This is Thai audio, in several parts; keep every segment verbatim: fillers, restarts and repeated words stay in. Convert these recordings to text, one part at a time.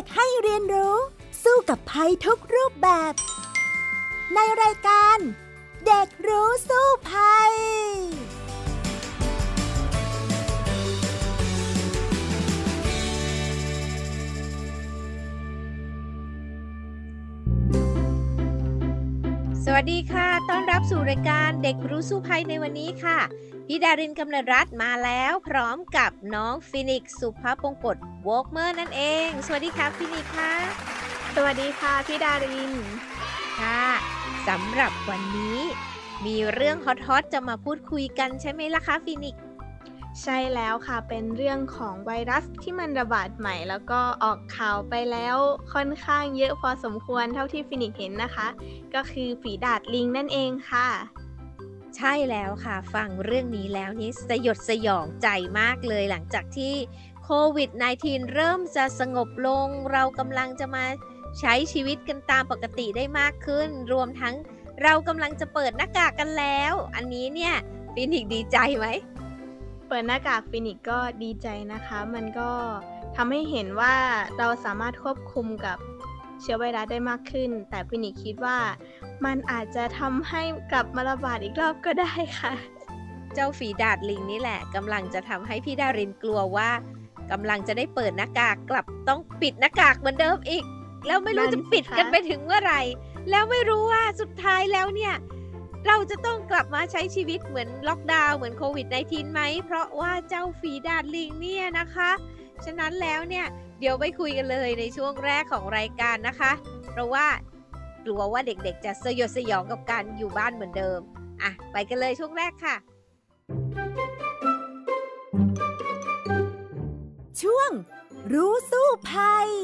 กให้เรียนรู้สู้กับภัยทุกรูปแบบในรายการเด็กรู้สู้ภัยสวัสดีค่ะต้อนรับสู่รายการเด็กรู้สู้ภัยในวันนี้ค่ะพี่ดารินกำเนิดรัตน์มาแล้วพร้อมกับน้องฟินิกซ์สุภาพงกฎวอล์กเมอร์นั่นเองสวัสดีค่ะฟินิกซ์ค่ะสวัสดีค่ะพี่ดารินค่ะสำหรับวันนี้มีเรื่องฮอตๆจะมาพูดคุยกันใช่ไหมล่ะคะฟินิกซ์ใช่แล้วค่ะเป็นเรื่องของไวรัสที่มันระบาดใหม่แล้วก็ออกข่าวไปแล้วค่อนข้างเยอะพอสมควรเท่าที่ฟินิกซ์เห็นนะคะก็คือฝีดาษลิงนั่นเองค่ะใช่แล้วค่ะฟังเรื่องนี้แล้วนี่สยดสยองใจมากเลยหลังจากที่โควิด สิบเก้า เริ่มจะสงบลงเรากำลังจะมาใช้ชีวิตกันตามปกติได้มากขึ้นรวมทั้งเรากำลังจะเปิดหน้ากากกันแล้วอันนี้เนี่ยฟินิกซ์ดีใจไหมเปิดหน้ากากฟินิกซ์ก็ดีใจนะคะมันก็ทำให้เห็นว่าเราสามารถควบคุมกับเชื้อไวรัสได้มากขึ้นแต่ฟินิกซ์คิดว่ามันอาจจะทำให้กลับมาระบาดอีกรอบก็ได้ค่ะเจ้าฝีดาษลิงนี่แหละกำลังจะทำให้พี่ดารินกลัวว่ากำลังจะได้เปิดหน้ากากกลับต้องปิดหน้ากากเหมือนเดิมอีกแล้วไม่รู้จะปิดกันไปถึงเมื่อไหร่แล้วไม่รู้ว่าสุดท้ายแล้วเนี่ยเราจะต้องกลับมาใช้ชีวิตเหมือนล็อกดาวน์เหมือนโควิด สิบเก้า ไหมเพราะว่าเจ้าฝีดาษลิงเนี่ยนะคะฉะนั้นแล้วเนี่ยเดี๋ยวไปคุยกันเลยในช่วงแรกของรายการนะคะเพราะว่ากลัวว่าเด็กๆจะสยดสยองกับการอยู่บ้านเหมือนเดิมอ่ะไปกันเลยช่วงแรกค่ะช่วงรู้สู้ภัย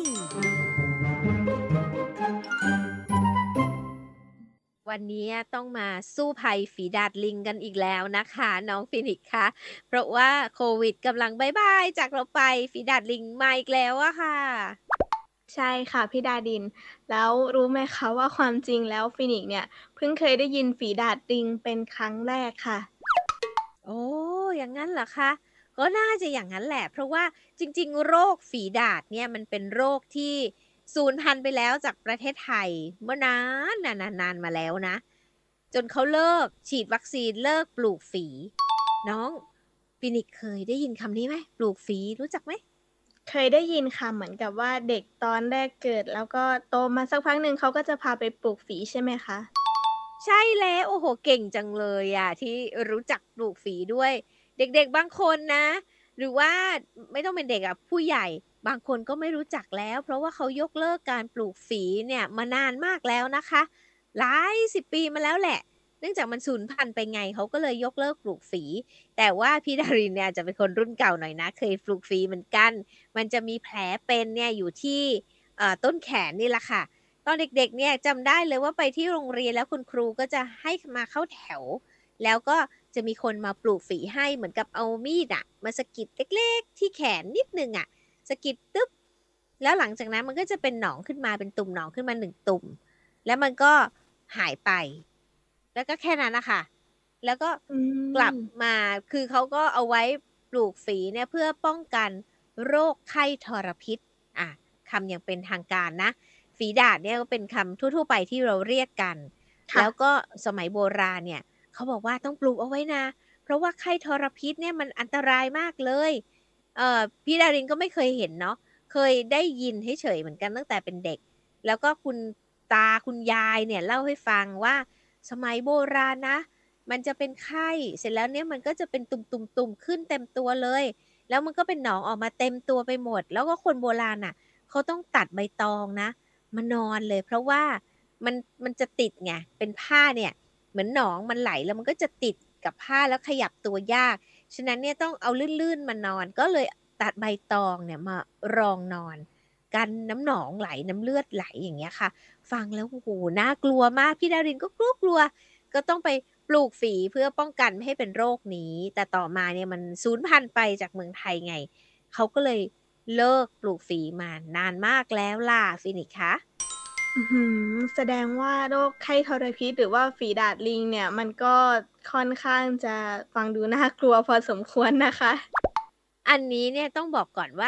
วันนี้ต้องมาสู้ภัยฝีดาษลิงกันอีกแล้วนะคะน้องฟินิกซ์คะเพราะว่าโควิดกำลังบายบายจากเราไปฝีดาษลิงมาอีกแล้วอะค่ะใช่ค่ะพี่ดาดินแล้วรู้ไหมคะว่าความจริงแล้วฟินิกซ์เนี่ยเพิ่งเคยได้ยินฝีดาษลิงเป็นครั้งแรกค่ะโอ้อย่างนั้นเหรอคะก็น่าจะอย่างนั้นแหละเพราะว่าจริงๆโรคฝีดาษเนี่ยมันเป็นโรคที่สูญพันธุ์ไปแล้วจากประเทศไทยเมื่อนานนานนานมาแล้วนะจนเขาเลิกฉีดวัคซีนเลิกปลูกฝีน้องฟินิกซ์เคยได้ยินคำนี้ไหมปลูกฝีรู้จักไหมเคยได้ยินค่ะเหมือนกับว่าเด็กตอนแรกเกิดแล้วก็โตมาสักพักหนึ่งเขาก็จะพาไปปลูกฝีใช่ไหมคะใช่แล้วโอ้โหเก่งจังเลยอะที่รู้จักปลูกฝีด้วยเด็กๆบางคนนะหรือว่าไม่ต้องเป็นเด็กอะผู้ใหญ่บางคนก็ไม่รู้จักแล้วเพราะว่าเขายกเลิกการปลูกฝีเนี่ยมานานมากแล้วนะคะหลายสิบปีมาแล้วแหละเนื่องจากมันสูญพันธุ์ไปไงเขาก็เลยยกเลิกปลูกฝีแต่ว่าพี่ดารินเนี่ยจะเป็นคนรุ่นเก่าหน่อยนะเคยปลูกฝีเหมือนกันมันจะมีแผลเป็นเนี่ยอยู่ที่ต้นแขนนี่แหละค่ะ ตอนเด็กๆเนี่ยจำได้เลยว่าไปที่โรงเรียนแล้วคุณครูก็จะให้มาเข้าแถวแล้วก็จะมีคนมาปลูกฝีให้เหมือนกับเอามีดอะมาสะกิดเล็กๆที่แขนนิดนึงอะสะกิดตึ๊บแล้วหลังจากนั้นมันก็จะเป็นหนองขึ้นมาเป็นตุ่มหนองขึ้นมาหนึ่งตุ่มแล้วมันก็หายไปแล้วก็แค่นั้นนะคะแล้วก็กลับมาคือเขาก็เอาไว้ปลูกฝีเนี่ยเพื่อป้องกันโรคไข้ทรพิษอ่ะคำอย่างเป็นทางการนะฝีดาษเนี่ยก็เป็นคำทั่วๆไปที่เราเรียกกันแล้วก็สมัยโบราณเนี่ยเขาบอกว่าต้องปลูกเอาไว้นะเพราะว่าไข้ทรพิษเนี่ยมันอันตรายมากเลยเอ่อพี่ดารินก็ไม่เคยเห็นเนาะเคยได้ยินเฉยๆเหมือนกันตั้งแต่เป็นเด็กแล้วก็คุณตาคุณยายเนี่ยเล่าให้ฟังว่าสมัยโบราณนะมันจะเป็นไข้เสร็จแล้วเนี่ยมันก็จะเป็นตุ่มๆๆขึ้นเต็มตัวเลยแล้วมันก็เป็นหนองออกมาเต็มตัวไปหมดแล้วก็คนโบราณน่ะเขาต้องตัดใบตองนะมานอนเลยเพราะว่ามันมันจะติดไงเป็นผ้าเนี่ยเหมือนหนองมันไหลแล้วมันก็จะติดกับผ้าแล้วขยับตัวยากฉะนั้นเนี่ยต้องเอาลื่นๆมานอนก็เลยตัดใบตองเนี่ยมารองนอนกันน้ำหนองไหลน้ำเลือดไหลอย่างเงี้ยค่ะฟังแล้วโอ้โหน่ากลัวมากพี่ดารินก็กลัวกลัวก็ต้องไปปลูกฝีเพื่อป้องกันไม่ให้เป็นโรคนี้แต่ต่อมาเนี่ยมันสูญพันธุ์ไปจากเมืองไทยไงเขาก็เลยเลิกปลูกฝีมานานมากแล้วล่ะฟินิกซ์คะอื้อฮือแสดงว่าโรคไข้ทรพิษหรือว่าฝีดาษลิงเนี่ยมันก็ค่อนข้างจะฟังดูน่ากลัวพอสมควรนะคะอันนี้เนี่ยต้องบอกก่อนว่า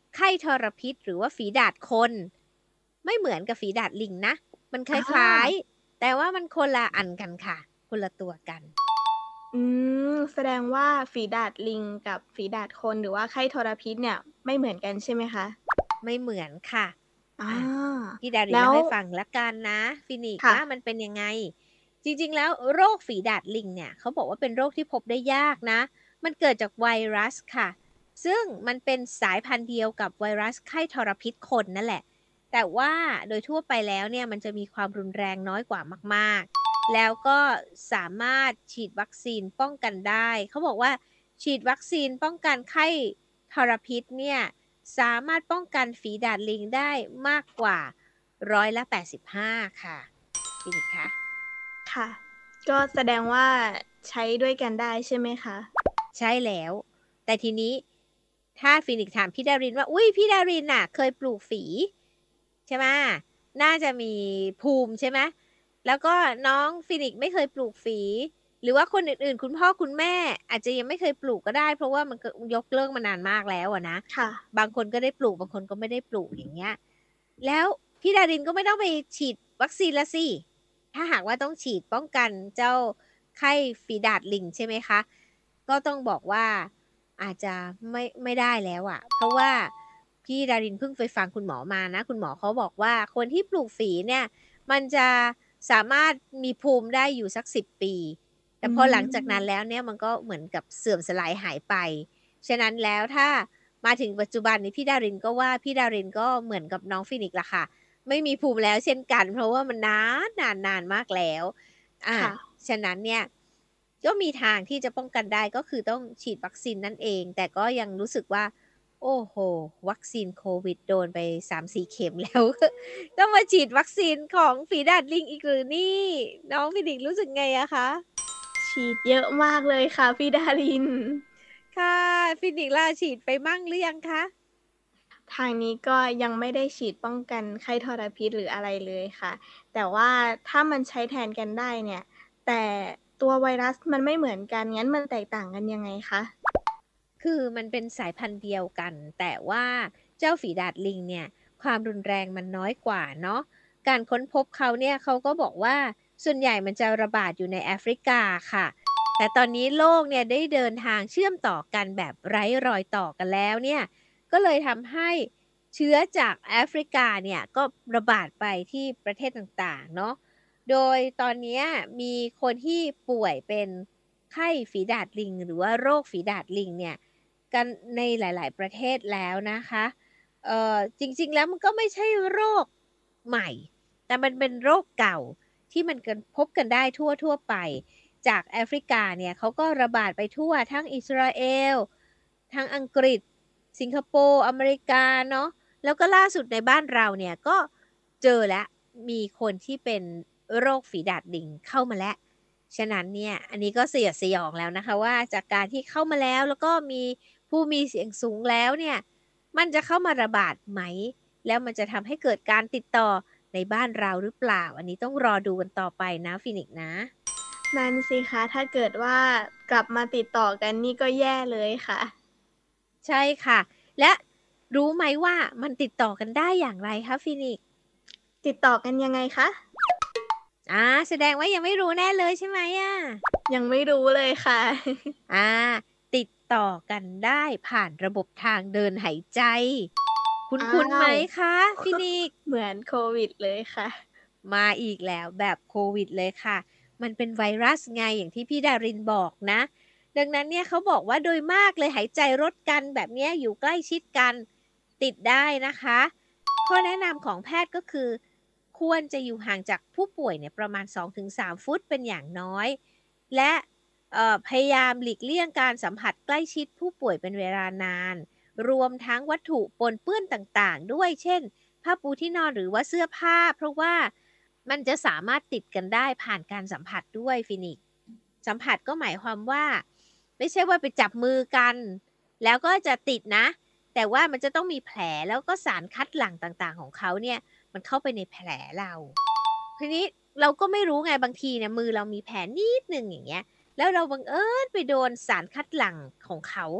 ไข้ทรพิษหรือว่าฝีดาษคน ไม่เหมือนกับฝีดาษลิงนะ มันคอาล้ายๆ แต่ว่ามันคนละอันกันค่ะ คนละตัวกันอืม แสดงว่าฝีดาษลิงกับฝีดาษคน หรือว่าไข้ทรพิษเนี่ยไม่เหมือนกันใช่ไหมคะ? ไม่เหมือนค่ะอาอ่า พี่ดารินแล้เล่าวให้ฟังแล้วกันนะฟีนิกซ์ค่ว่าะมันเป็นยังไง จริง ๆ แล้วโรคฝีดาษลิงเนี่ยเขาบอกว่าเป็นโรคที่พบได้ยากนะ มันเกิดจากไวรัสค่ะ ซึ่งมันเป็นสายพันธุ์เดียวกับไวรัสไข้ทรพิษคนนั่นแหละ แต่ว่าโดยทั่วไปแล้วเนี่ยมันจะมีความรุนแรงน้อยกว่ามาก ๆ แล้วก็สามารถฉีดวัคซีนป้องกันได้ เขาบอกว่าฉีดวัคซีนป้องกันไข้ทรพิษเนี่ยสามารถป้องกันฝีดาษลิงได้มากกว่า ร้อยละแปดสิบห้า ค่ะฟีนิกซ์คะค่ะ ก็แสดงว่าใช้ด้วยกันได้ใช่ไหมคะ? ใช่แล้ว แต่ทีนี้ถ้าฟีนิกซ์ถามพี่ดารินว่า อุ๊ย พี่ดารินน่ะเคยปลูกฝี ใช่ไหม น่าจะมีภูมิใช่ไหม แล้วก็น้องฟีนิกซ์ไม่เคยปลูกฝี หรือว่าคนอื่น ๆ คุณพ่อคุณแม่อาจจะยังไม่เคยปลูกก็ได้ เพราะว่ามันก็ ยกเลิกมานานมากแล้วอะนะค่ะบางคนก็ได้ปลูก บางคนก็ไม่ได้ปลูก อย่างเงี้ย แล้วพี่ดารินก็ไม่ต้องไปฉีดวัคซีนแล้วสิ ถ้าหากว่าต้องฉีดป้องกันเจ้าไข้ฝีดาษลิงใช่ไหมคะ ก็ต้องบอกว่าอาจจะไม่ ไม่ได้แล้วอะ เพราะว่าพี่ดารินเพิ่งไปฟังคุณหมอมานะ คุณหมอเขาบอกว่าคนที่ปลูกฝีเนี่ยมันจะสามารถมีภูมิได้อยู่สัก สิบ ปี แต่อืพอหลังจากนั้นมแล้วเนี่ยมันก็เหมือนกับเสื่อมสลายหายไป ฉะนั้นแล้วถ้ามาถึงปัจจุบันนี้พี่ดารินก็ว่าพี่ดารินก็เหมือนกับน้องฟีนิกซ์ล่ะค่ะ ไม่มีภูมิแล้วเช่นกัน เพราะว่ามันน๊าน นาน นานมากแล้ว อาค่ะฉะนั้นเนี่ยก็มีทางที่จะป้องกันได้ ก็คือต้องฉีดวัคซีนนั่นเอง แต่ก็ยังรู้สึกว่า โอ้โฮ วัคซีนโควิดโดนไป สามสี่ เข็ม แล้ว ต้องมาฉีดวัคซีนของฝีดาษลิงอีกหรือนี่ น้องฟีนิกซ์รู้สึกไงอะคะ? ฉีดเยอะมากเลยค่ะพี่ดารินค่ะ ฟีนิกซ์ล่ะฉีดไปมั่งหรือยังคะ? ทางนี้ก็ยังไม่ได้ฉีดป้องกันไข้ทรพิษหรืออะไรเลยค่ะ แต่ว่าถ้ามันใช้แทนกันได้เนี่ย แต่ตัวไวรัสมันไม่เหมือนกัน งั้นมันแตกต่างกันยังไงคะ? คือมันเป็นสายพันธุ์เดียวกัน แต่ว่าเจ้าฝีดาษลิงเนี่ยความรุนแรงมันน้อยกว่าเนาะ การค้นพบเขาเนี่ยเขาก็บอกว่าส่วนใหญ่มันจะระบาดอยู่ในแอฟริกาค่ะ แต่ตอนนี้โลกเนี่ยได้เดินทางเชื่อมต่อกันแบบไร้รอยต่อกันแล้วเนี่ย ก็เลยทำให้เชื้อจากแอฟริกาเนี่ยก็ระบาดไปที่ประเทศต่าง ๆ เนาะ โดยตอนเนี้ยมีคนที่ป่วยเป็นไข้ฝีดาษลิง หรือว่าโรคฝีดาษลิงเนี่ยกันในหลาย ๆ ประเทศแล้วนะคะ เอ่อ จริง ๆ แล้วมันก็ไม่ใช่โรคใหม่ แต่มันเป็นโรคเก่าที่มันกัน พบกันได้ทั่ว ๆ ไป จากแอฟริกาเนี่ยเขาก็ระบาดไปทั่วทั้งอิสราเอล ทั้งอังกฤษ สิงคโปร์ อเมริกาเนาะ แล้วก็ล่าสุดในบ้านเราเนี่ยก็เจอแล้ว มีคนที่เป็นโรคฝีดาษลิงเข้ามาแล้ว ฉะนั้นเนี่ยอันนี้ก็สยดสยองแล้วนะคะว่า จากการที่เข้ามาแล้ว แล้วก็มีผู้มีเสี่ยงสูงแล้วเนี่ย มันจะเข้ามาระบาดไหม? แล้วมันจะทำให้เกิดการติดต่อในบ้านเราหรือเปล่า? อันนี้ต้องรอดูกันต่อไปนะฟีนิกซ์นะนั่นสิคะ ถ้าเกิดว่ากลับมาติดต่อกันนี่ก็แย่เลยค่ะใช่ค่ะ และรู้ไหมว่ามันติดต่อกันได้อย่างไรคะฟีนิกซ์? ติดต่อกันยังไงคะ? อา แสดงว่ายังไม่รู้แน่เลยใช่ไหมอะ? ยังไม่รู้เลยค่ะอา ติดต่อกันได้ผ่านระบบทางเดินหายใจ คุอ้าน ๆ ไหมวคะฟีนิกซ์? เหมือนโควิดเลยค่ะมาอีกแล้วแบบโควิดเลยค่ะ มันเป็นไวรัสไงอย่างที่พี่ดารินบอกนะ ดังนั้นเนี่ยเขาบอกว่าโดยมากเลยหายใจรถกันแบบเนี้ย อยู่ใกล้ชิดกัน ติดได้นะคะ ข้อแนะนำของแพทย์ก็คือ ควรจะอยู่ห่างจากผู้ป่วยเนี่ยประมาณ สองถึงสาม ฟุตเป็นอย่างน้อย และ เอ่อ พยายามหลีกเลี่ยงการสัมผัสใกล้ชิดผู้ป่วยเป็นเวลานาน รวมทั้งวัตถุปนเปื้อนต่าง ๆ ด้วย เช่น ผ้าปูที่นอนหรือว่าเสื้อผ้า เพราะว่ามันจะสามารถติดกันได้ผ่านการสัมผัสด้วยฟีนิกซ์ สัมผัสก็หมายความว่า ไม่ใช่ว่าไปจับมือกัน แล้วก็จะติดนะ แต่ว่ามันจะต้องมีแผล แล้วก็สารคัดหลั่งต่าง ๆ ของเขาเนี่ยมันเข้าไปในแผลเรา ทีนี้เราก็ไม่รู้ไง บางทีเนี่ยมือเรามีแผลนิดหนึ่ง อย่างเงี้ย แล้วเราบังเอิญไปโดนสารคัดหลั่งของเขา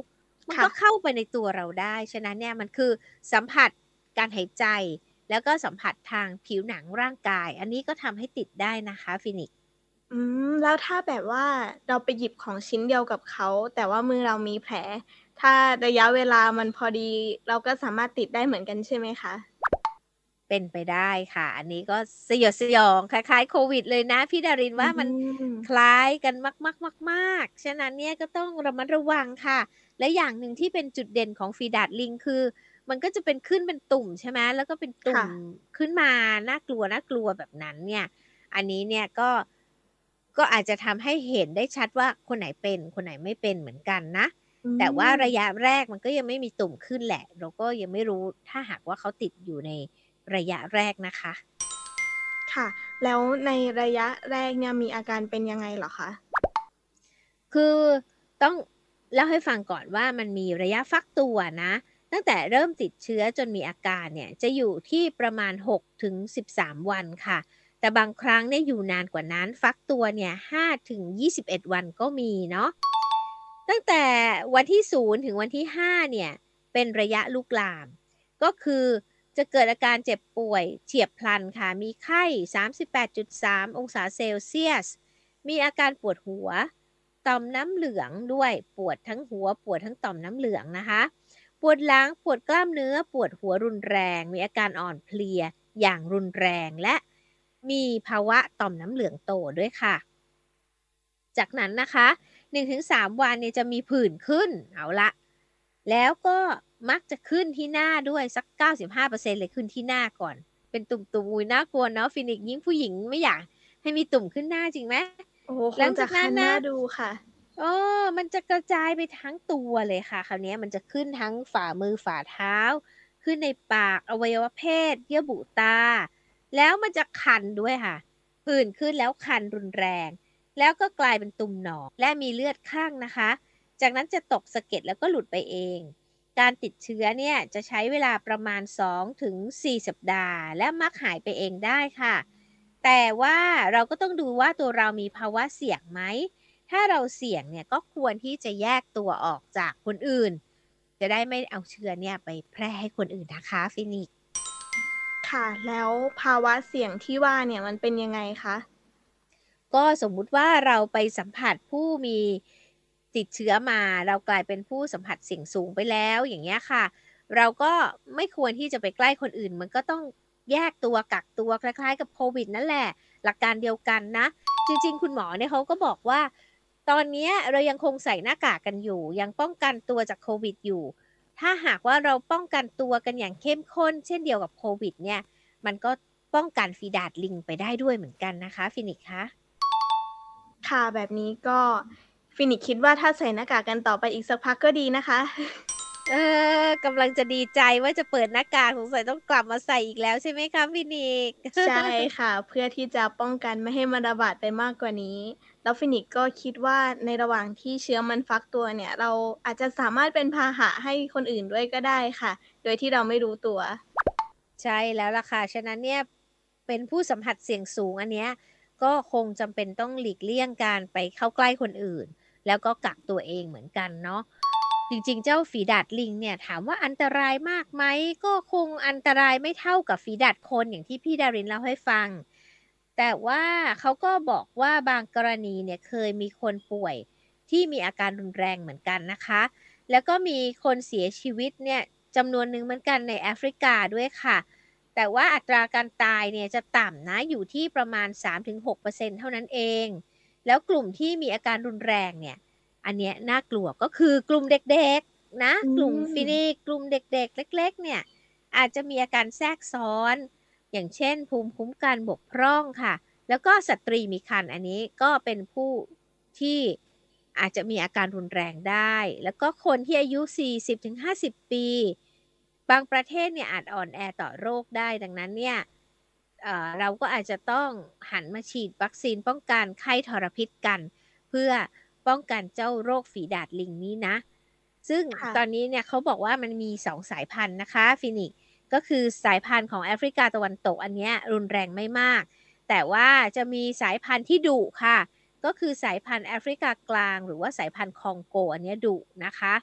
มันค่ะก็เข้าไปในตัวเราได้ ฉะนั้นเนี่ยมันคือสัมผัสการหายใจ แล้วก็สัมผัสทางผิวหนังร่างกาย อันนี้ก็ทำให้ติดได้นะคะฟีนิกซ์อืม แล้วถ้าแบบว่าเราไปหยิบของชิ้นเดียวกับเขา แต่ว่ามือเรามีแผล ถ้าระยะเวลามันพอดี เราก็สามารถติดได้เหมือนกันใช่ไหมคะ? เป็นไปได้ค่ะ อันนี้ก็สยดสยองคล้าย ๆ โควิดเลยนะ พี่ดารินอืว่ามันมคล้ายกันมาก ๆ ๆ ๆ ฉะนั้นเนี่ยก็ต้องระมัดระวังค่ะ และอย่างหนึ่งที่เป็นจุดเด่นของฝีดาษลิง คือมันก็จะเป็นขึ้นเป็นตุ่มใช่ไหม แล้วก็เป็นตุค่่มะขึ้นมา น่ากลัว ๆ แบบนั้นเนี่ย อันนี้เนี่ยก็ ก็อาจจะทำให้เห็นได้ชัดว่าคนไหนเป็น คนไหนไม่เป็นเหมือนกันนะอืแต่ว่าระมยะแรกมันก็ยังไม่มีตุ่มขึ้นแหละ เราก็ยังไม่รู้ ถ้าหากว่าเขาติดอยู่ในระยะแรกนะคะค่ะ แล้วในระยะแรกเนี่ยมีอาการเป็นยังไงเหรอคะ? คือต้องเล่าให้ฟังก่อนว่า มันมีระยะฟักตัวนะ ตั้งแต่เริ่มติดเชื้อจนมีอาการเนี่ยจะอยู่ที่ประมาณ หกถึงสิบสาม วันค่ะ แต่บางครั้งเนี่ยอยู่นานกว่านั้น ฟักตัวเนี่ย ห้าถึงยี่สิบเอ็ด วันก็มีเนาะ ตั้งแต่วันที่ ศูนย์ ถึงวันที่ ห้า เนี่ยเป็นระยะลุกลาม ก็คือจะเกิดอาการเจ็บป่วยเฉียบพลันค่ะ มีไข้ สามสิบแปดจุดสาม องศาเซลเซียส มีอาการปวดหัว ต่อมน้ำเหลืองด้วย ปวดทั้งหัว ปวดทั้งต่อมน้ำเหลืองนะคะ ปวดหลัง ปวดกล้ามเนื้อ ปวดหัวรุนแรง มีอาการอ่อนเพลียอย่างรุนแรง และมีภาวะต่อมน้ำเหลืองโตด้วยค่ะ จากนั้นนะคะ หนึ่งถึงสาม วันเนี่ยจะมีผื่นขึ้น เอาละ แล้วก็มักจะขึ้นที่หน้าด้วยสัก เก้าสิบห้าเปอร์เซ็นต์ เลยขึ้นที่หน้าก่อน เป็นตุ่ม ๆ อุ๊ย น่ากลัวเนาะฟีนิกซ์ ยิ่งผู้หญิงไม่อยากให้มีตุ่มขึ้นหน้าจริงไหม? โอ้โฮ คหลังจงจะากคนั้ันนนหน้ะาดูค่ะเออ มันจะกระจายไปทั้งตัวเลยค่ะ คราวเนี้ยมันจะขึ้นทั้งฝ่ามือ ฝ่าเท้า ขึ้นในปาก อวัยวะเพศ เยื่อบุตา แล้วมันจะคันด้วยค่ะ ผื่นขึ้นแล้วคันรุนแรง แล้วก็กลายเป็นตุ่มหนอง และมีเลือดคั่งนะคะ จากนั้นจะตกสะเก็ดแล้วก็หลุดไปเอง การติดเชื้อเนี่ยจะใช้เวลาประมาณ สองถึงสี่ สัปดาห์ และมักหายไปเองได้ค่ะ แต่ว่าเราก็ต้องดูว่าตัวเรามีภาวะเสี่ยงไหม ถ้าเราเสี่ยงเนี่ยก็ควรที่จะแยกตัวออกจากคนอื่น จะได้ไม่เอาเชื้อเนี่ยไปแพร่ให้คนอื่นนะคะฟีนิกซ์ค่ะ แล้วภาวะเสี่ยงที่ว่าเนี่ยมันเป็นยังไงคะ? ก็สมมุติว่าเราไปสัมผัสผู้มีติดเชื้อมา เรากลายเป็นผู้สัมผัสเสี่ยงสูงไปแล้ว อย่างเงี้ยค่ะ เราก็ไม่ควรที่จะไปใกล้คนอื่น มันก็ต้องแยกตัว กักตัว คล้าย ๆ กับโควิดนั่นแหละ หลักการเดียวกันนะ จริง ๆ คุณหมอเนี่ยเขาก็บอกว่า ตอนเนี้ยเรายังคงใส่หน้ากากกันอยู่ ยังป้องกันตัวจากโควิดอยู่ ถ้าหากว่าเราป้องกันตัวกันอย่างเข้มข้นเช่นเดียวกับโควิดเนี่ย มันก็ป้องกันฝีดาษลิงไปได้ด้วยเหมือนกันนะคะฟีนิกซ์คะค่ะ แบบนี้ก็ฟีนิกซ์คิดว่า ถ้าใส่หน้ากากกันต่อไปอีกสักพักก็ดีนะคะเออ กำลังจะดีใจว่าจะเปิดหน้ากาก สงสัยต้องกลับมาใส่อีกแล้วใช่ไหมคะฟีนิกซ์? ใช่ค่ะ เพื่อที่จะป้องกันไม่ให้มันระบาดไปมากกว่านี้ แล้วฟีนิกซ์ก็คิดว่า ในระหว่างที่เชื้อมันฟักตัวเนี่ย เราอาจจะสามารถเป็นพาหะให้คนอื่นด้วยก็ได้ค่ะ โดยที่เราไม่รู้ตัวใช่แล้วล่ะค่ะ ฉะนั้นเนี่ยเป็นผู้สัมผัสเสี่ยงสูง อันเนี้ยก็คงจำเป็นต้องหลีกเลี่ยงการไปเข้าใกล้คนอื่น แล้วก็กักตัวเองเหมือนกันเนาะ จริง ๆ เจ้าฝีดาษลิงเนี่ยถามว่าอันตรายมากไหม ก็คงอันตรายไม่เท่ากับฝีดาษคนอย่างที่พี่ดารินเล่าให้ฟัง แต่ว่าเขาก็บอกว่าบางกรณีเนี่ยเคยมีคนป่วยที่มีอาการรุนแรงเหมือนกันนะคะ แล้วก็มีคนเสียชีวิตเนี่ยจำนวนหนึ่งเหมือนกันในแอฟริกาด้วยค่ะ แต่ว่าอัตราการตายเนี่ยจะต่ำนะ อยู่ที่ประมาณ สามถึงหกเปอร์เซ็นต์ เท่านั้นเอง แล้วกลุ่มที่มีอาการรุนแรงเนี่ย อันเนี้ยน่ากลัว ก็คือกลุ่มเด็ก ๆ นะอืกลุ่มฟีมนิกซ์ กลุ่มเด็ก ๆ เล็ก ๆ เนี่ยอาจจะมีอาการแทรกซ้อน อย่างเช่น ภูมิคุ้มกันบกพร่องค่ะ แล้วก็สตรีมีครรภ์ อันนี้ก็เป็นผู้ที่อาจจะมีอาการรุนแรงได้ แล้วก็คนที่อายุ สี่สิบถึงห้าสิบ ปี บางประเทศเนี่ยอาจอ่อนแอต่อโรคได้ ดังนั้นเนี่ย เอ่อ เราก็อาจจะต้องหันมาฉีดวัคซีนป้องกันไข้ทรพิษกัน เพื่อป้องกันเจ้าโรคฝีดาษลิงนี้นะ ซึ่งค่ะตอนนี้เนี่ยเขาบอกว่ามันมี สอง สายพันธุ์นะคะฟีนิกซ์ ก็คือสายพันธุ์ของแอฟริกาตะวันตก อันเนี้ยรุนแรงไม่มาก แต่ว่าจะมีสายพันธุ์ที่ดุค่ะ ก็คือสายพันธุ์แอฟริกากลาง หรือว่าสายพันธุ์คองโก อันเนี้ยดุนะคะ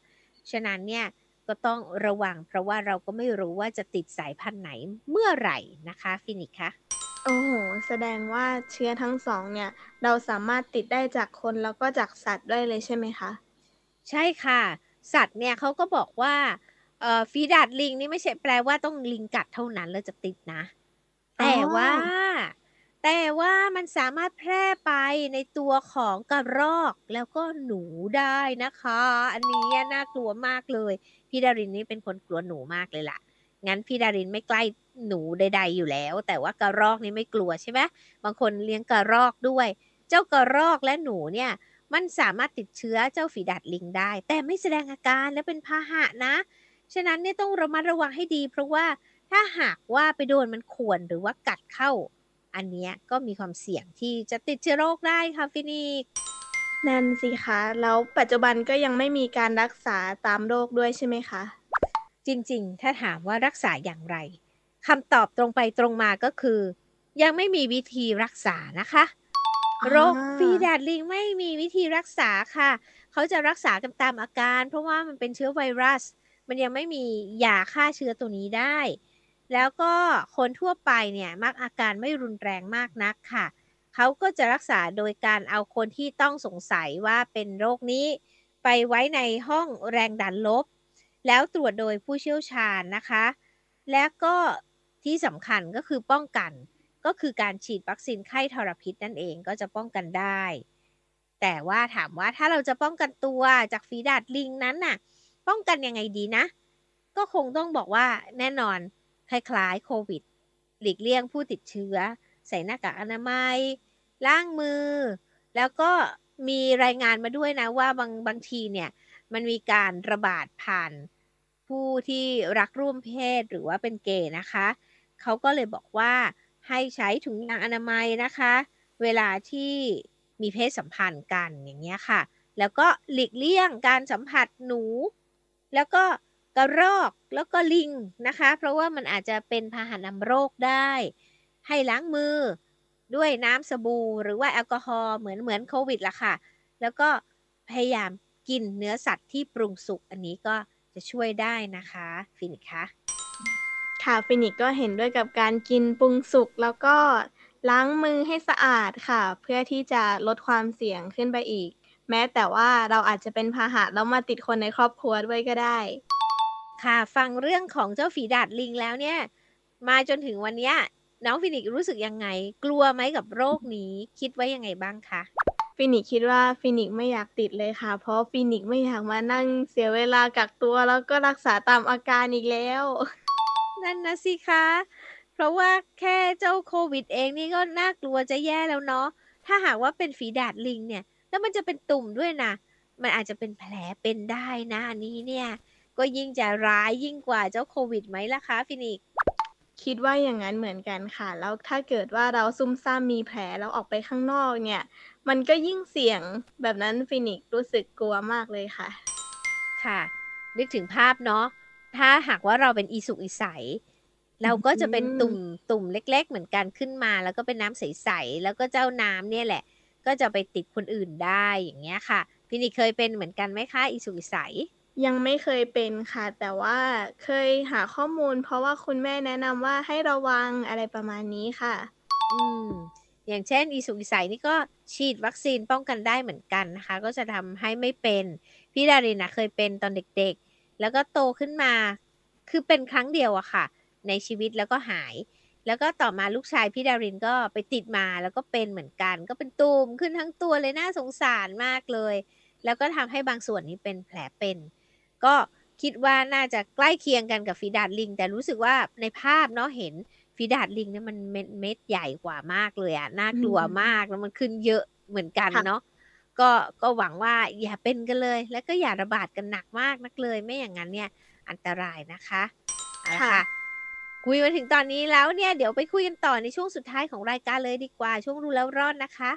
ฉะนั้นเนี่ยก็ต้องระวังเพราะว่าเราก็ไม่รู้ว่าจะติดสายพันธุ์ไหนเมื่อไหร่นะคะฟินิกซ์คะโอ้โฮ แสดงว่าเชื้อทั้ง สอง เนี่ย เราสามารถติดได้จากคนแล้วก็จากสัตว์ด้วยเลยใช่ไหมคะ? ใช่ค่ะ สัตว์เนี่ยเขาก็บอกว่า เอ่อ ฝีดาษลิงนี่ไม่ใช่แปลว่าต้องลิงกัดเท่านั้นแล้วจะติดนะอ๋แต่ว่าอแต่ว่ามันสามารถแพร่ไปในตัวของกระรอกแล้วก็หนูได้นะคะ อันนี้อะน่ากลัวมากเลย พี่ดารินนี่เป็นคนกลัวหนูมากเลยล่ะ งั้นพี่ดารินไม่ใกล้หนูใด ๆ อยู่แล้ว แต่ว่ากระรอกนี่ไม่กลัวใช่ไหม? บางคนเลี้ยงกระรอกด้วย เจ้ากระรอกและหนูเนี่ยมันสามารถติดเชื้อเจ้าฝีดาษลิงได้ แต่ไม่แสดงอาการและเป็นพาหะนะ ฉะนั้นเนี่ยต้องระมัดระวังให้ดี เพราะว่าถ้าหากว่าไปโดนมันข่วนหรือว่ากัดเข้า อันเนี้ยก็มีความเสี่ยงที่จะติดเชื้อโรคได้ค่ะฟินิกซ์นั่นสิคะ แล้วปัจจุบันก็ยังไม่มีการรักษาตามโรคด้วยใช่ไหมคะ? จริง ๆ ถ้าถามว่ารักษาอย่างไร คำตอบตรงไปตรงมาก็คือ ยังไม่มีวิธีรักษานะคะอโรคฝีาดาษลิงไม่มีวิธีรักษาค่ะ เขาจะรักษากันตามอาการ เพราะว่ามันเป็นเชื้อไวรัส มันยังไม่มียาฆ่าเชื้อตัวนี้ได้ แล้วก็คนทั่วไปเนี่ยมักอาการไม่รุนแรงมากนักค่ะ เขาก็จะรักษาโดยการเอาคนที่ต้องสงสัยว่าเป็นโรคนี้ไปไว้ในห้องแรงดันลบ แล้วตรวจโดยผู้เชี่ยวชาญนะคะ แล้วก็ที่สำคัญก็คือป้องกัน ก็คือการฉีดวัคซีนไข้ทรพิษนั่นเองก็จะป้องกันได้ แต่ว่าถามว่าถ้าเราจะป้องกันตัวจากฝีดาษลิงนั้นน่ะ ป้องกันยังไงดีนะ? ก็คงต้องบอกว่าแน่นอนคล้าย ๆ โควิด หลีกเลี่ยงผู้ติดเชื้อ ใส่หน้ากากอนามัย ล้างมือ แล้วก็มีรายงานมาด้วยนะว่าบาง บางทีเนี่ยมันมีการระบาดผ่านผู้ที่รักร่วมเพศหรือว่าเป็นเกย์นะคะ เขาก็เลยบอกว่าให้ใช้ถุงยางอนามัยนะคะ เวลาที่มีเพศสัมพันธ์กัน อย่างเงี้ยค่ะ แล้วก็หลีกเลี่ยงการสัมผัสหนู แล้วก็กระรอก แล้วก็ลิงนะคะ เพราะว่ามันอาจจะเป็นพาหะนำโรคได้ ให้ล้างมือด้วยน้ำสบู่ หรือว่าแอลกอฮอล์เหมือน เหมือนโควิดล่ะค่ะ แล้วก็พยายามกินเนื้อสัตว์ที่ปรุงสุก อันนี้ก็จะช่วยได้นะคะฟินิกซ์คะค่ะ ฟินิกซ์ก็เห็นด้วยกับการกินปรุงสุก แล้วก็ล้างมือให้สะอาดค่ะ เพื่อที่จะลดความเสี่ยงขึ้นไปอีก แม้แต่ว่าเราอาจจะเป็นพาหะแล้วมาติดคนในครอบครัวด้วยก็ได้ค่ะ ฟังเรื่องของเจ้าฝีดาษลิงแล้วเนี่ย มาจนถึงวันเนี้ย น้องฟินิกซ์รู้สึกยังไง? กลัวไหมกับโรคนี้? คิดว่ายังไงบ้างคะ? ฟินิกซ์คิดว่า ฟินิกซ์ไม่อยากติดเลยค่ะ เพราะฟินิกซ์ไม่อยากมานั่งเสียเวลากักตัว แล้วก็รักษาตามอาการอีกแล้วนั่นน่ะสิคะ เพราะว่าแค่เจ้าโควิดเองนี่ก็น่ากลัวจะแย่แล้วเนาะ ถ้าหากว่าเป็นฝีดาษลิงเนี่ย แล้วมันจะเป็นตุ่มด้วยนะ มันอาจจะเป็นแผลเป็นได้นะ อันนี้เนี่ยก็ยิ่งจะร้ายยิ่งกว่าเจ้าโควิดไหมล่ะคะฟินิกซ์? คิดว่าอย่างงั้นเหมือนกันค่ะ แล้วถ้าเกิดว่าเราซุ่มซ่ามมีแผลแล้วออกไปข้างนอกเนี่ย มันก็ยิ่งเสี่ยง แบบนั้นฟินิกซ์รู้สึกกลัวมากเลยค่ะค่ะ นึกถึงภาพเนาะ ถ้าหากว่าเราเป็นอีสุกอีใส เราก็จะเป็นตุ่ม ตุ่มเล็ก ๆ เหมือนกันขึ้นมา แล้วก็เป็นน้ำใส ๆ แล้วก็เจ้าน้ำเนี่ยแหละ ก็จะไปติดคนอื่นได้ อย่างเงี้ยค่ะ ฟินิกซ์เคยเป็นเหมือนกันไหมคะ อีสุกอีใส? ยังไม่เคยเป็นค่ะ แต่ว่าเคยหาข้อมูล เพราะว่าคุณแม่แนะนำว่าให้ระวัง อะไรประมาณนี้ค่ะอืม อย่างเช่น อีสุกอีใสนี่ก็ฉีดวัคซีนป้องกันได้เหมือนกันนะคะ ก็จะทำให้ไม่เป็น พี่ดารินน่ะเคยเป็นตอนเด็ก ๆ แล้วก็โตขึ้นมา คือเป็นครั้งเดียวอะค่ะในชีวิตแล้วก็หาย แล้วก็ต่อมาลูกชายพี่ดารินก็ไปติดมาแล้วก็เป็นเหมือนกัน ก็เป็นตุ่มขึ้นทั้งตัวเลย น่าสงสารมากเลย แล้วก็ทำให้บางส่วนนี้เป็นแผลเป็น ก็คิดว่าน่าจะใกล้เคียงกันกับฝีดาษลิง แต่รู้สึกว่าในภาพเนาะ เห็นฝีดาษลิงเนี่ยมันเม็ด เม็ดใหญ่กว่ามากเลยอะ น่าอืกลัวมากมแล้วมันขึ้นเยอะเหมือนกันค่ะเนาะ ก็ ก็หวังว่าอย่าเป็นกันเลย แล้วก็อย่าระบาดกันหนักมากนักเลย ไม่อย่างงั้นเนี่ยอันตรายนะคะ เอาละค่ค่ะะคุยมาถึงตอนนี้แล้วเนี่ย เดี๋ยวไปคุยกันต่อในช่วงสุดท้ายของรายการเลยดีกว่า ช่วงรู้แล้วรอดนะคะ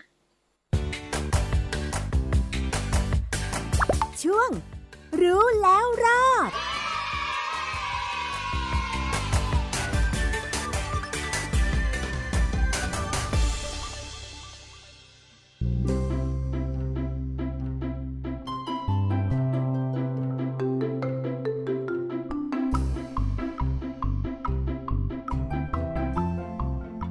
ช่วง รู้แล้วรอด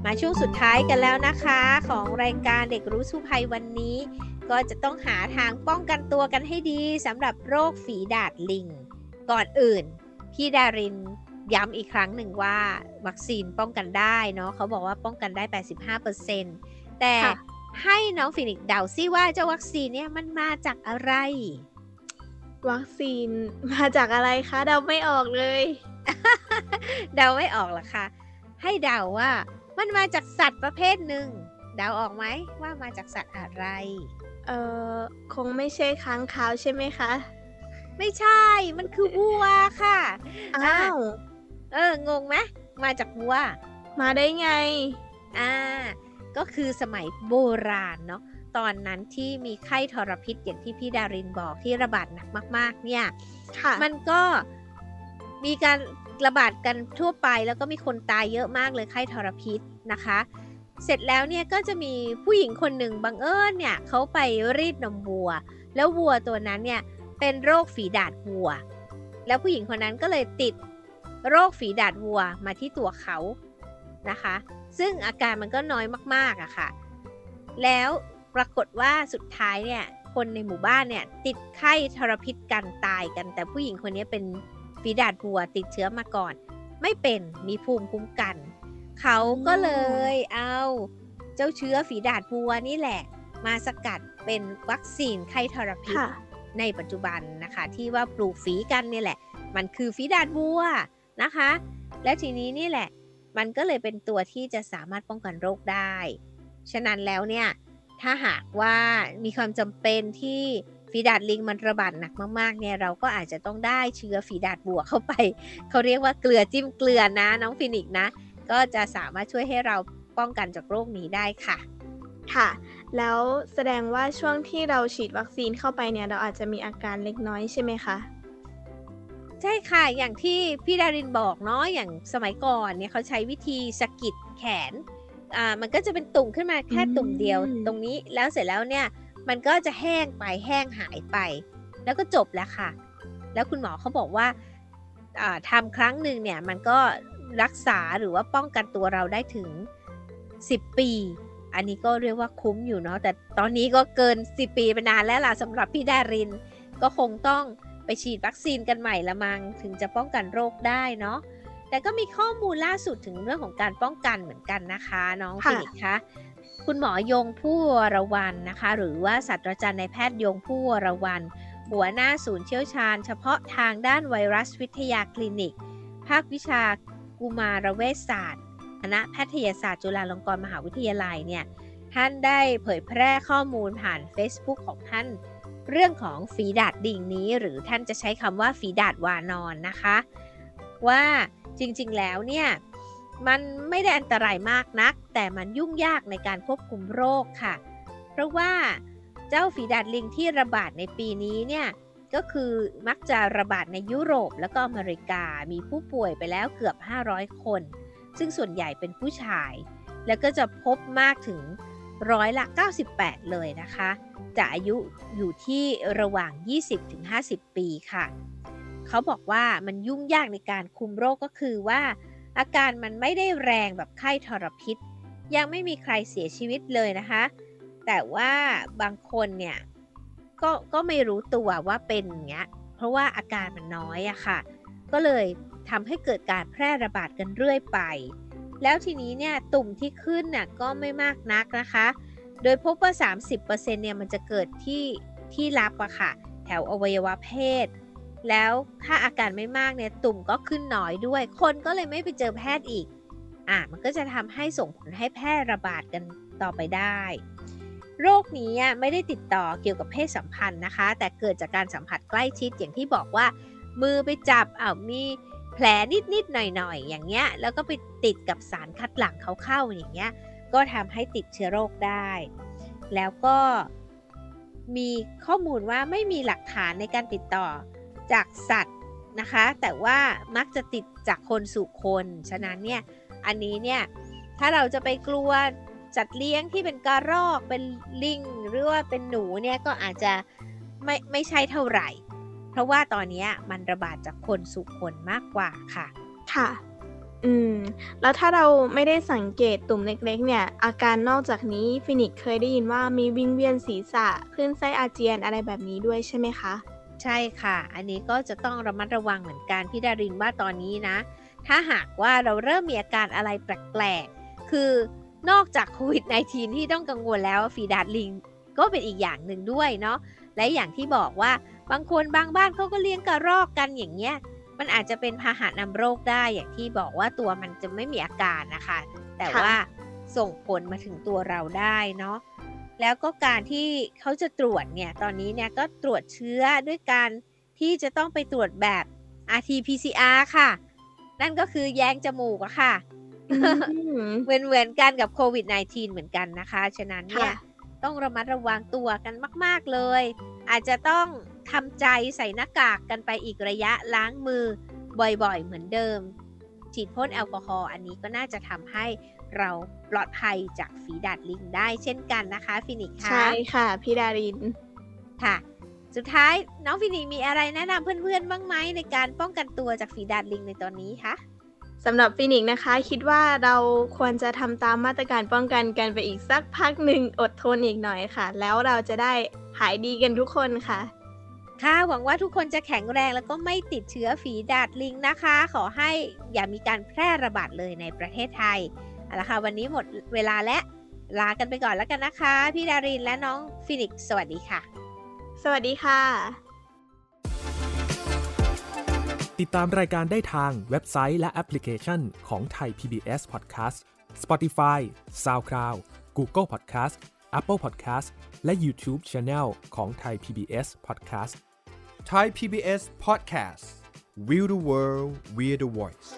มาช่วงสุดท้ายกันแล้วนะคะของรายการเด็กรู้สู้ภัยวันนี้ ก็จะต้องหาทางป้องกันตัวกันให้ดีสำหรับโรคฝีดาษลิงก่อนอื่นพี่ดารินย้ำอีกครั้งหนึ่งว่าวัคซีนป้องกันได้เนาะเขาบอกว่าป้องกันได้ แปดสิบห้าเปอร์เซ็นต์ แต่ให้น้องฟินิกซ์เดาซิว่าเจ้าวัคซีนเนี่ยมันมาจากอะไรวัคซีนมาจากอะไรคะเดาไม่ออกเลยเดาไม่ออกหรอคะให้เดาว่ามันมาจากสัตว์ประเภทหนึ่งเดาออกไหมว่ามาจากสัตว์อะไรเอ่อคงไม่ใช่ค้างคาวใช่ไหมคะไม่ใช่มันคือวัวค่ะอ้าวเอองงไหมมาจากวัวมาได้ไงอ่าก็คือสมัยโบราณเนาะตอนนั้นที่มีไข้ทรพิษอย่างที่พี่ดารินบอกที่ระบาดหนักมากๆเนี่ยมันก็มีการระบาดกันทั่วไปแล้วก็มีคนตายเยอะมากเลยไข้ทรพิษนะคะเสร็จแล้วเนี่ยก็จะมีผู้หญิงคนหนึ่งบังเอิญเนี่ยเขาไปรีดนมวัวแล้ววัวตัวนั้นเนี่ยเป็นโรคฝีดาษวัวแล้วผู้หญิงคนนั้นก็เลยติดโรคฝีดาษวัวมาที่ตัวเขานะคะซึ่งอาการมันก็น้อยมากๆอะค่ะแล้วปรากฏว่าสุดท้ายเนี่ยคนในหมู่บ้านเนี่ยติดไข้ทรพิษกันตายกันแต่ผู้หญิงคนนี้เป็นฝีดาษวัวติดเชื้อมาก่อนไม่เป็นมีภูมิคุ้มกันเขาก็เลยเอาเจ้าเชื้อฝีดาษวัวนี่แหละมาสกัดเป็นวัคซีนไข้ทรพิษในปัจจุบันนะคะที่ว่าปลูกฝีกันนี่แหละมันคือฝีดาษวัวนะคะและทีนี้นี่แหละมันก็เลยเป็นตัวที่จะสามารถป้องกันโรคได้ฉะนั้นแล้วเนี่ยถ้าหากว่ามีความจำเป็นที่ฝีดาษลิงมันระบาดหนักมากๆเนี่ยเราก็อาจจะต้องได้เชื้อฝีดาษวัวเข้าไปเขาเรียกว่าเกลือจิ้มเกลือนะน้องฟินิกซ์นะก็จะสามารถช่วยให้เราป้องกันจากโรคนี้ได้ค่ะค่ะแล้วแสดงว่าช่วงที่เราฉีดวัคซีนเข้าไปเนี่ยเราอาจจะมีอาการเล็กน้อยใช่ไหมคะใช่ค่ะอย่างที่พี่ดารินบอกเนาะอย่างสมัยก่อนเนี่ยเขาใช้วิธีสะกิดแขนอ่ามันก็จะเป็นตุ่มขึ้นมาแค่ตุ่มเดียวตรงนี้แล้วเสร็จแล้วเนี่ยมันก็จะแห้งไปแห้งหายไปแล้วก็จบแล้วค่ะแล้วคุณหมอเขาบอกว่าอ่าทำครั้งหนึ่งเนี่ยมันก็รักษาหรือว่าป้องกันตัวเราได้ถึงสิบปีอันนี้ก็เรียกว่าคุ้มอยู่เนาะแต่ตอนนี้ก็เกินสิบปีไปนานแล้วล่ะสำหรับพี่ดารินก็คงต้องไปฉีดวัคซีนกันใหม่ละมั้งถึงจะป้องกันโรคได้เนาะแต่ก็มีข้อมูลล่าสุดถึงเรื่องของการป้องกันเหมือนกันนะคะน้องฟินิกซ์คะคุณหมอยงผู้วรวรรณนะคะหรือว่าศาสตราจารย์นายแพทย์ยงผู้วรวรรณหัวหน้าศูนย์เชี่ยวชาญเฉพาะทางด้านไวรัสวิทยาคลินิกภาควิชากุมารเวชศาสตร์คณะแพทยศาสตร์จุฬาลงกรณ์มหาวิทยาลัยเนี่ยท่านได้เผยแพร่ข้อมูลผ่าน Facebook ของท่านเรื่องของฝีดาษลิงนี้หรือท่านจะใช้คำว่าฝีดาษวานอนนะคะว่าจริงๆแล้วเนี่ยมันไม่ได้อันตรายมากนักแต่มันยุ่งยากในการควบคุมโรคค่ะเพราะว่าเจ้าฝีดาษลิงที่ระบาดในปีนี้เนี่ยก็คือมักจะระบาดในยุโรปแล้วก็อเมริกามีผู้ป่วยไปแล้วเกือบห้าร้อยคนซึ่งส่วนใหญ่เป็นผู้ชายแล้วก็จะพบมากถึงร้อยละเก้าสิบแปดเลยนะคะจะอายุอยู่ที่ระหว่าง ยี่สิบถึงห้าสิบ ปีค่ะเขาบอกว่ามันยุ่งยากในการคุมโรคก็คือว่าอาการมันไม่ได้แรงแบบไข้ทรพิษยังไม่มีใครเสียชีวิตเลยนะคะแต่ว่าบางคนเนี่ยก็ก็ไม่รู้ตัวว่าเป็นอย่างเงี้ยเพราะว่าอาการมันน้อยอะค่ะก็เลยทำให้เกิดการแพร่ระบาดกันเรื่อยไปแล้วทีนี้เนี่ยตุ่มที่ขึ้นน่ะก็ไม่มากนักนะคะโดยพบว่า สามสิบเปอร์เซ็นต์ เนี่ยมันจะเกิดที่ที่ลับอะค่ะแถวอวัยวะเพศแล้วถ้าอาการไม่มากเนี่ยตุ่มก็ขึ้นน้อยด้วยคนก็เลยไม่ไปเจอแพทย์อีกอ่ะมันก็จะทำให้ส่งผลให้แพร่ระบาดกันต่อไปได้โรคนี้ไม่ได้ติดต่อเกี่ยวกับเพศสัมพันธ์นะคะแต่เกิดจากการสัมผัสใกล้ชิดอย่างที่บอกว่ามือไปจับอ้าวมีแผลนิดๆหน่อยๆอย่างเงี้ยแล้วก็ไปติดกับสารคัดหลั่งเขาเข้าอย่างเงี้ยก็ทำให้ติดเชื้อโรคได้แล้วก็มีข้อมูลว่าไม่มีหลักฐานในการติดต่อจากสัตว์นะคะแต่ว่ามักจะติดจากคนสู่คนฉะนั้นเนี่ยอันนี้เนี่ยถ้าเราจะไปกลัวสัตว์เลี้ยงที่เป็นกระรอกเป็นลิงหรือว่าเป็นหนูเนี่ยก็อาจจะไม่ไม่ใช่เท่าไหร่เพราะว่าตอนนี้มันระบาดจากคนสู่คนมากกว่าค่ะค่ะอืม แล้วถ้าเราไม่ได้สังเกตตุ่มเล็กๆ เนี่ย อาการนอกจากนี้ฟินิกซ์เคยได้ยินว่ามีวิงเวียนศีรษะคลื่นไส้อาเจียนอะไรแบบนี้ด้วยใช่ไหมคะใช่ค่ะ อันนี้ก็จะต้องระมัดระวังเหมือนกันพี่ดารินว่าตอนนี้นะ ถ้าหากว่าเราเริ่มมีอาการอะไรแปลกๆ คือนอกจากโควิด สิบเก้า ที่ต้องกังวลแล้วฝีดาดลิงก็เป็นอีกอย่างหนึ่งด้วยเนาะ และอย่างที่บอกว่าบางคนบางบ้านเขาก็เลี้ยงกระรอกกันอย่างเงี้ย มันอาจจะเป็นพาหะนำโรคได้อย่างที่บอกว่าตัวมันจะไม่มีอาการนะคะ แต่ค่ะว่าส่งผลมาถึงตัวเราได้เนาะ แล้วก็การที่เขาจะตรวจเนี่ย ตอนนี้เนี่ยก็ตรวจเชื้อด้วยการที่จะต้องไปตรวจแบบ อาร์ ที พี ซี อาร์ ค่ะ นั่นก็คือแยงจมูกอะค่ะอืมเหมือนเหมือนกันกับโควิด สิบเก้า เหมือนกันนะคะ ฉะนั้นเนี่ค่ะยต้องระมัดระวังตัวกันมาก ๆ เลย อาจจะต้องทำใจใส่หน้ากากกันไปอีกระยะ ล้างมือบ่อยๆ เหมือนเดิม ฉีดพ่นแอลกอฮอล์อันนี้ก็น่าจะทำให้เราปลอดภัยจากฝีดาดลิงได้เช่นกันนะคะฟินิกซ์ใช่คะค่ะ พี่ดารินค่ะ สุดท้ายน้องฟินิกซ์มีอะไรแนะนำเพื่อนๆ บ้างไหมในการป้องกันตัวจากฝีดาดลิงในตอนนี้คะ? สำหรับฟินิกซ์นะคะ คิดว่าเราควรจะทำตามมาตรการป้องกันกันไปอีกสักพักหนึ่ง อดทนอีกหน่อยค่ะ แล้วเราจะได้หายดีกันทุกคนค่ะค่ะ หวังว่าทุกคนจะแข็งแรงแล้วก็ไม่ติดเชื้อฝีดาดลิงนะคะ ขอให้อย่ามีการแพร่ระบาดเลยในประเทศไทย เอาละค่ะ วันนี้หมดเวลาแล้ว ลากันไปก่อนแล้วกันนะคะ พี่ดารินและน้องฟินิกซ์ สวัสดีค่ะสวัสดีค่ะติดตามรายการได้ทางเว็บไซต์และแอปพลิเคชันของไทย พี บี เอส Podcast Spotify SoundCloud Google Podcast Apple Podcast และ YouTube Channel ของ Thai พี บี เอส Podcast Thai พี บี เอส Podcast We the World We the Voice